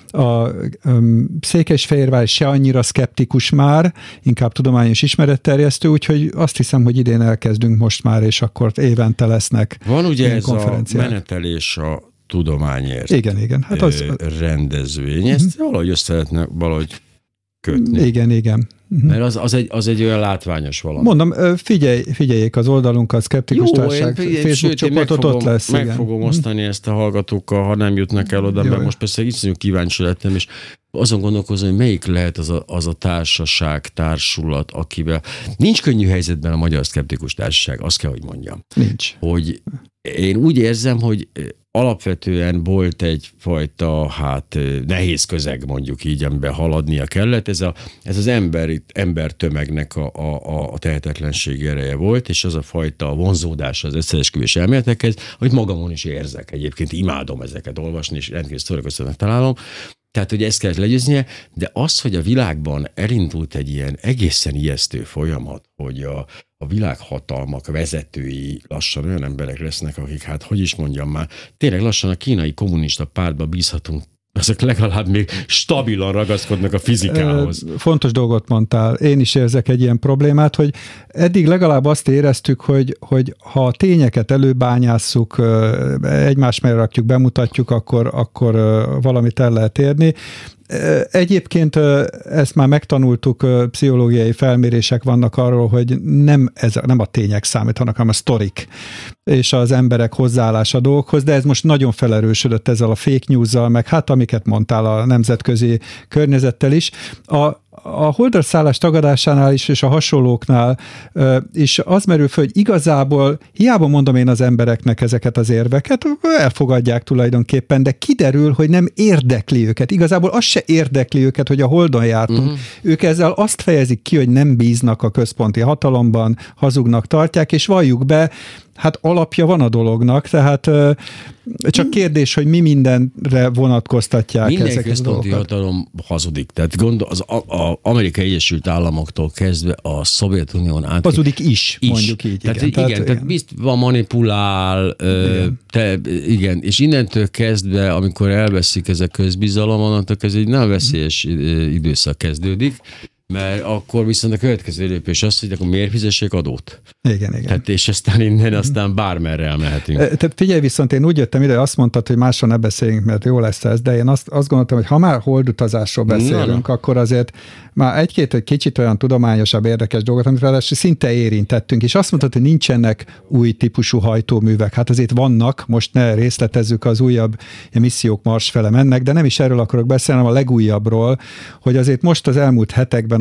a um, Székesfehérvár se annyira szkeptikus már, inkább tudományos ismeretterjesztő, úgyhogy azt hiszem, hogy idén elkezdünk most már, és akkor évente lesznek. Van ugye ez a menetelés a tudományért. Igen, igen. Hát az rendezvény. Ezt uh-huh. valahogy össze lehetne valahogy kötni. Igen, igen. Uh-huh. Mert az, az, egy, az egy olyan látványos valami. Mondom, figyelj, figyeljék az oldalunkat, Szkeptikus Jó, Társaság Facebook csoportot, ott lesz. Meg igen. fogom osztani uh-huh. ezt a hallgatókkal, ha nem jutnak el oda, Jó, mert most persze iszonyú kíváncsi lettem, és azon gondolkozom, hogy melyik lehet az a, az a társaság, társulat, akivel nincs könnyű helyzetben a Magyar Szkeptikus Társaság, azt kell, hogy mondjam. Nincs. Hogy én úgy érzem, hogy alapvetően volt egyfajta hát nehéz közeg, mondjuk így, amiben haladnia kellett. Ez, a, ez az ember, embertömegnek a, a, a tehetetlenség ereje volt, és az a fajta vonzódás az összeesküvés elméletekhez, hogy magamon is érzek. Egyébként imádom ezeket olvasni, és rendkívül szórakoztatónak találom. Tehát, hogy ezt kellett legyőznie, de az, hogy a világban elindult egy ilyen egészen ijesztő folyamat, hogy a, a világhatalmak vezetői lassan olyan emberek lesznek, akik, hát hogy is mondjam már, tényleg lassan a kínai kommunista pártba bízhatunk, azok legalább még stabilan ragaszkodnak a fizikához. Fontos dolgot mondtál. Én is érzek egy ilyen problémát, hogy eddig legalább azt éreztük, hogy, hogy ha a tényeket előbányásszuk, egymás mellé rakjuk, bemutatjuk, akkor, akkor valamit el lehet érni. Egyébként ezt már megtanultuk, pszichológiai felmérések vannak arról, hogy nem, ez, nem a tények számítanak, hanem a sztorik és az emberek hozzáállása dolgokhoz, de ez most nagyon felerősödött ezzel a fake news-zal, meg hát amiket mondtál a nemzetközi környezettel is. A A holdra-szállás tagadásánál is, és a hasonlóknál is az merül föl, hogy igazából hiába mondom én az embereknek ezeket az érveket, elfogadják tulajdonképpen, de kiderül, hogy nem érdekli őket. Igazából az se érdekli őket, hogy a holdon jártunk. Uh-huh. Ők ezzel azt fejezik ki, hogy nem bíznak a központi hatalomban, hazugnak tartják, és valljuk be, hát alapja van a dolognak, tehát csak kérdés, hogy mi mindenre vonatkoztatják Minden ezeket a dolgokat. Minden központi hatalom hazudik. Tehát gondol, az Amerikai Egyesült Államoktól kezdve a Szovjetunión át... Hazudik is, is, mondjuk így. Tehát igen, igen, tehát, tehát bizt van manipulál, igen. Te, igen, és innentől kezdve, amikor elveszik ez a közbizalom, onnantól ez egy nagyon veszélyes időszak kezdődik, mert akkor viszont a következő lépés az, hogy akkor miért fizessék adót? Igen, igen. Tehát és aztán innen aztán bármerre elmehetünk. Tehát figyelj, viszont én úgy jöttem ide, azt mondtad, hogy máshol ne beszéljünk, mert jó lesz ez, de én azt, azt gondoltam, hogy ha már holdutazásról beszélünk, na, akkor azért már egy-két egy kicsit olyan tudományosabb, érdekes dolgot, amit ráadásul szinte érintettünk, és azt mondtad, hogy nincsenek új típusú hajtóművek. Hát azért vannak, most ne részletezzük, az újabb missziók Mars fele mennek, de nem is erről akarok beszélni, hanem a legújabbról, hogy azért most az elmúlt hetekben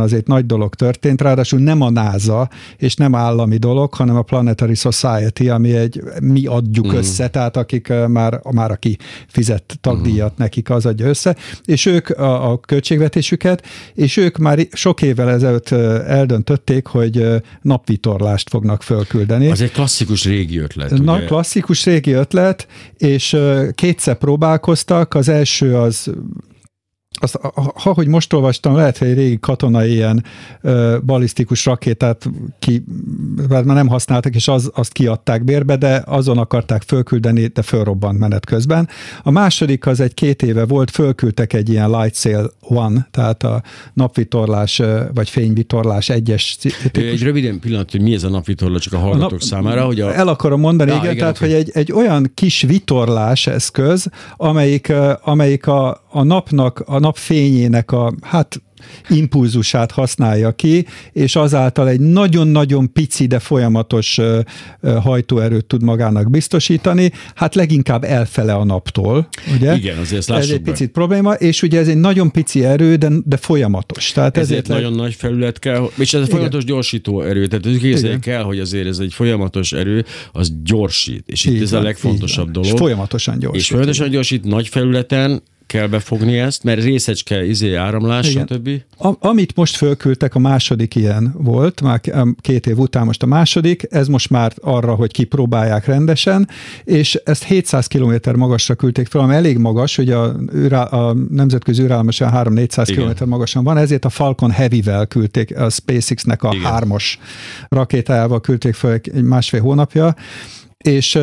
azért nagy dolog történt, ráadásul nem a NASA, és nem állami dolog, hanem a Planetary Society, ami egy mi adjuk mm. össze, tehát akik már, már aki fizett tagdíjat, mm. nekik az adja össze, és ők a, a költségvetésüket, és ők már sok évvel ezelőtt eldöntötték, hogy napvitorlást fognak fölküldeni. Az egy klasszikus régi ötlet. Na, ugye? klasszikus régi ötlet, és kétszer próbálkoztak, az első az Azt, ha, hogy most olvastam, lehet, hogy egy régi katonai ilyen ö, balisztikus rakétát ki, már nem használtak, és az, azt kiadták bérbe, de azon akarták fölküldeni, de fölrobbant menet közben. A második az egy két éve volt, fölküldtek egy ilyen Light Sail One, tehát a napvitorlás, vagy fényvitorlás egyes. Egy röviden pillanat, hogy mi ez a napvitorlás, csak a hallgatók a nap, számára. Hogy a... El akarom mondani, ja, igen, igen, tehát, okay. hogy egy, egy olyan kis vitorlás eszköz, amelyik, amelyik a, a napnak, a nap fényének a, hát impulzusát használja ki, és azáltal egy nagyon-nagyon pici, de folyamatos hajtóerőt tud magának biztosítani, hát leginkább elfele a naptól, ugye? Igen, azért lássuk Ez egy be. picit probléma, és ugye ez egy nagyon pici erő, de, de folyamatos. Tehát ezért, ezért leg... nagyon nagy felület kell, és ez a folyamatos igen. gyorsító erő, tehát képzeljék kell, hogy azért ez egy folyamatos erő, az gyorsít, és itt így ez van, a legfontosabb dolog. És folyamatosan gyorsít. És folyamatosan gyorsít, nagy felületen kell befogni ezt, mert részecske, izé, áramlás, igen. stb. A, amit most fölküldtek, a második ilyen volt, már két év után most a második, ez most már arra, hogy kipróbálják rendesen, és ezt hétszáz kilométer magasra küldték fel, ami elég magas, ugye a, a nemzetközi űrállomáson három-négyszáz kilométer magasan van, ezért a Falcon Heavy-vel küldték, a SpaceX-nek a igen. hármas rakétájával küldték fel egy másfél hónapja, és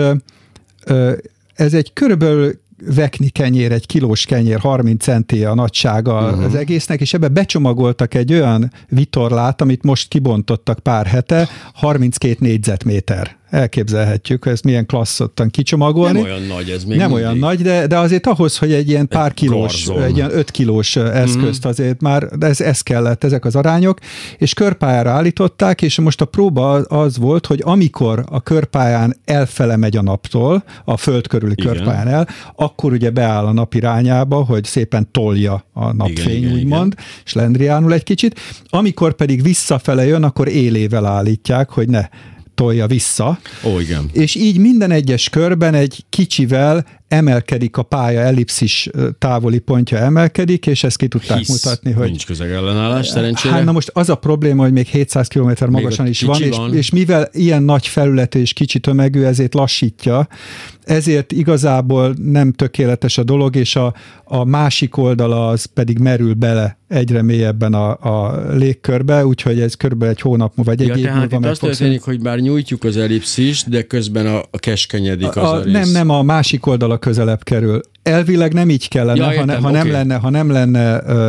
ez egy körülbelül vekni kenyér, egy kilós kenyér, harminc centi a nagysága uh-huh. az egésznek, és ebbe becsomagoltak egy olyan vitorlát, amit most kibontottak pár hete, harminckét négyzetméter. Elképzelhetjük, hogy ezt milyen klasszottan kicsomagolni. Nem olyan nagy ez még Nem mindig. olyan nagy, de, de azért ahhoz, hogy egy ilyen pár egy kilós, karzon. egy ilyen öt kilós eszközt mm. azért már, ez, ez kellett, ezek az arányok, és körpályára állították, és most a próba az volt, hogy amikor a körpályán elfele megy a naptól, a föld körüli igen. körpályán el, akkor ugye beáll a nap irányába, hogy szépen tolja a napfény, igen, úgymond, igen. és lendriánul egy kicsit. Amikor pedig visszafele jön, akkor élével állítják, hogy ne tolja vissza. Ó, igen. És így minden egyes körben egy kicsivel emelkedik a pálya, ellipszis távoli pontja emelkedik, és ezt ki tudták Hisz mutatni, hogy... nincs közegellenállás, szerencsére. Hát na most az a probléma, hogy még hétszáz kilométer magasan is van, van. És, és mivel ilyen nagy felületű és kicsi tömegű, ezért lassítja, ezért igazából nem tökéletes a dolog, és a, a másik oldala az pedig merül bele egyre mélyebben a, a légkörbe, úgyhogy ez körülbelül egy hónap múlva, vagy egy ja, év tehát múlva itt meg azt történik, hogy bár nyújtjuk az ellipszist, de közben a, a keskenyedik az a, a rész. Nem, nem, a másik oldala közelebb kerül. Elvileg nem így kellene, ja, értem, ha, ne, ha, okay. nem lenne, ha nem lenne ö,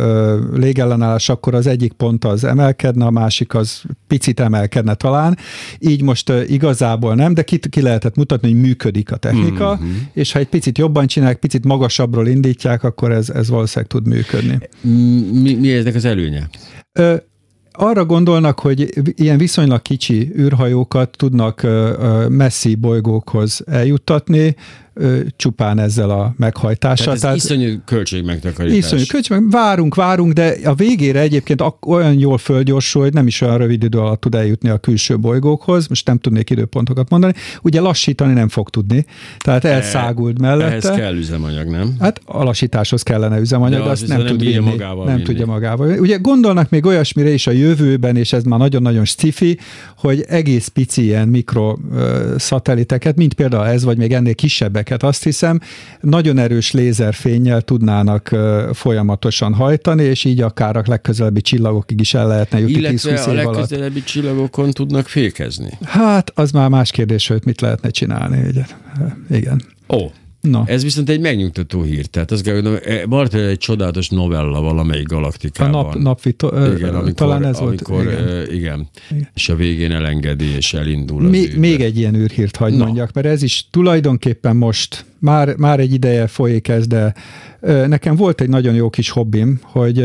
ö, légellenállás, akkor az egyik pont az emelkedne, a másik az picit emelkedne talán. Így most ö, igazából nem, de ki, ki lehetett mutatni, hogy működik a technika, mm-hmm. és ha egy picit jobban csinálják, picit magasabbról indítják, akkor ez, ez valószínűleg tud működni. Mi, mi eznek az előnye? Ö, Arra gondolnak, hogy ilyen viszonylag kicsi űrhajókat tudnak messzi bolygókhoz eljuttatni, csupán ezzel a meghajtással. Tehát ez Tehát iszonyú költségmegtakarítás. Iszonyú költség, várunk, várunk, de a végére egyébként olyan jól fölgyorsul, hogy nem is olyan rövid idő alatt tud eljutni a külső bolygókhoz, most nem tudnék időpontokat mondani, ugye lassítani nem fog tudni, tehát elszáguld mellette. Ehhez kell üzemanyag, nem? Hát a lassításhoz kellene üzemanyag, de, de azt nem, nem tud vinni. Magával nem vinni. tudja magával. Ugye gondolnak még olyasmire is a jövőben, és ez már nagyon-nagyon sci-fi, hogy egész pici ilyen mikroszatelliteket, mint például ez, vagy még ennél kisebbek, azt hiszem, nagyon erős lézerfénnyel tudnának folyamatosan hajtani, és így akár a legközelebbi csillagokig is el lehetne jutni tíz-húsz év alatt. Illetve a legközelebbi csillagokon tudnak fékezni. Hát, az már más kérdés, hogy mit lehetne csinálni. Ugye? Igen. Ó, no. Ez viszont egy megnyugtató hír. Tehát azt kell mondom, Bartel egy csodálatos novella valamelyik galaktikában. A nap, napvito, igen, amikor, talán ez amikor, volt. Igen. Uh, igen. igen. És a végén elengedi, és elindul. Még, még egy ilyen űrhírt hagy no. mondjak, mert ez is tulajdonképpen most már, már egy ideje folyik ez, de nekem volt egy nagyon jó kis hobbim, hogy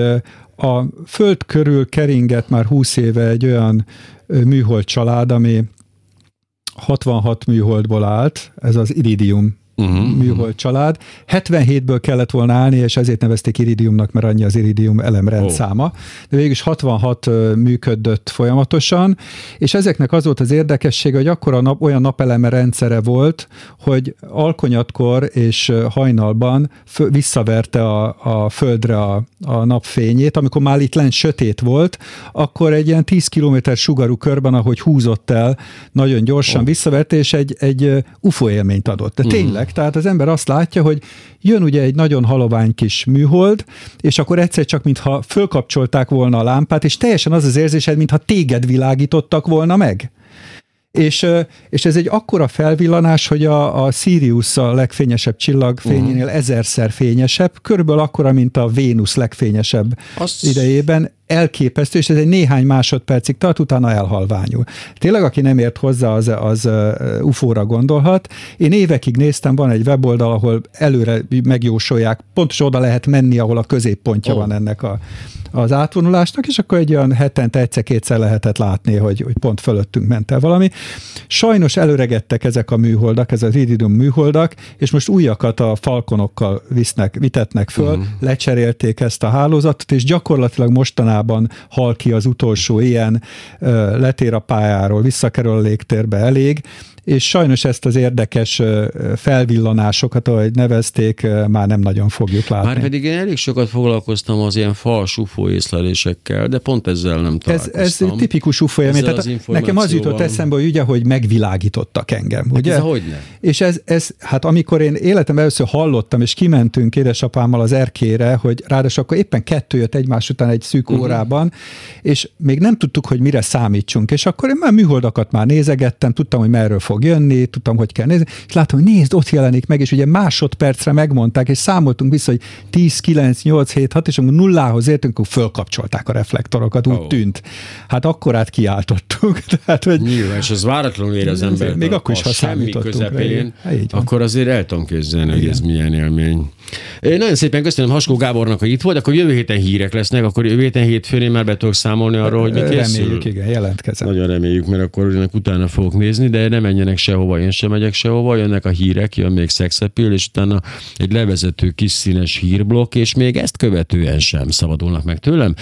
a Föld körül keringett már húsz éve egy olyan műhold család, ami hatvanhat műholdból állt, ez az Iridium uh-huh. műhold család. hetvenhétből kellett volna állni, és ezért nevezték iridiumnak, mert annyi az iridium elemrendszáma. Oh. De végül is hatvanhat működött folyamatosan, és ezeknek az volt az érdekessége, hogy akkor a nap, olyan napeleme rendszere volt, hogy alkonyatkor és hajnalban fö, visszaverte a, a földre a, a napfényét, amikor már itt lent sötét volt, akkor egy ilyen tíz kilométer sugarú körben, ahogy húzott el, nagyon gyorsan oh. visszaverte, és egy, egy u f o élményt adott. De tényleg, mm. tehát az ember azt látja, hogy jön ugye egy nagyon halovány kis műhold, és akkor egyszer csak, mintha fölkapcsolták volna a lámpát, és teljesen az az érzésed, mintha téged világítottak volna meg. És, és ez egy akkora felvillanás, hogy a, a Sirius a legfényesebb csillag fényénél uh-huh. ezerszer fényesebb, körülbelül akkora, mint a Vénusz legfényesebb Azt... idejében. Elképesztő, és ez egy néhány másodpercig tart, utána elhalványul. Tényleg, aki nem ért hozzá, az, az u f o-ra gondolhat. Én évekig néztem, van egy weboldal, ahol előre megjósolják, pontosan oda lehet menni, ahol a középpontja oh. van ennek a, az átvonulásnak, és akkor egy olyan hetente egyszer-kétszer lehetett látni, hogy, hogy pont fölöttünk ment el valami. Sajnos előregettek ezek a műholdak, ez az iridium műholdak, és most újakat a Falconokkal visznek, vitetnek föl, uh-huh. lecserélték ezt a hálózatot, és gyakorlatilag mostanában hal ki az utolsó ilyen, letér a pályáról, visszakerül a légtérbe elég, és sajnos ezt az érdekes felvillanásokat, ahogy nevezték, már nem nagyon fogjuk látni. Már pedig én elég sokat foglalkoztam az ilyen fals u f o észlelésekkel, de pont ezzel nem találkoztam. Ez, ez tipikus u f o élmény. Tehát nekem az jutott eszembe, hogy ugye, hogy megvilágítottak engem. Hát ugye? Ez hogyne? És ez, ez, hát amikor én életemben először hallottam, és kimentünk édesapámmal az erkére, hogy ráadásul akkor éppen kettő jött egymás után egy szűk uh-huh. órában, és még nem tudtuk, hogy mire számítsunk. És akkor én már műholdakat már nézegettem, tudtam, hogy merről fog jönni, tudtam, hogy kell nézni, és látom, hogy nézd, ott jelenik meg, és ugye másodpercre megmondták, és számoltunk vissza, hogy tíz, kilenc, nyolc, hét, hat, és amikor nullához értünk, akkor fölkapcsolták a reflektorokat, úgy oh. tűnt. Hát akkorát kiáltottunk. Tehát, hogy nyilván, és az váratlanul ér az ember. Még akkor is, ha semmi közepén, rá, akkor azért el tudom képzelni, hogy ez milyen élmény. Én nagyon szépen köszönöm Haskó Gábornak, hogy itt volt, akkor jövő héten hírek lesznek, akkor jövő héten hétfőn én már be tudok számolni arról, hogy mi készül. Reméljük, igen, jelentkezem. Nagyon reméljük, mert akkor utána fogok nézni, de ne menjenek sehova, én sem megyek sehova, jönnek a hírek, jön még Sex Appeal, és utána egy levezető kis színes hírblokk, és még ezt követően sem szabadulnak meg tőlem.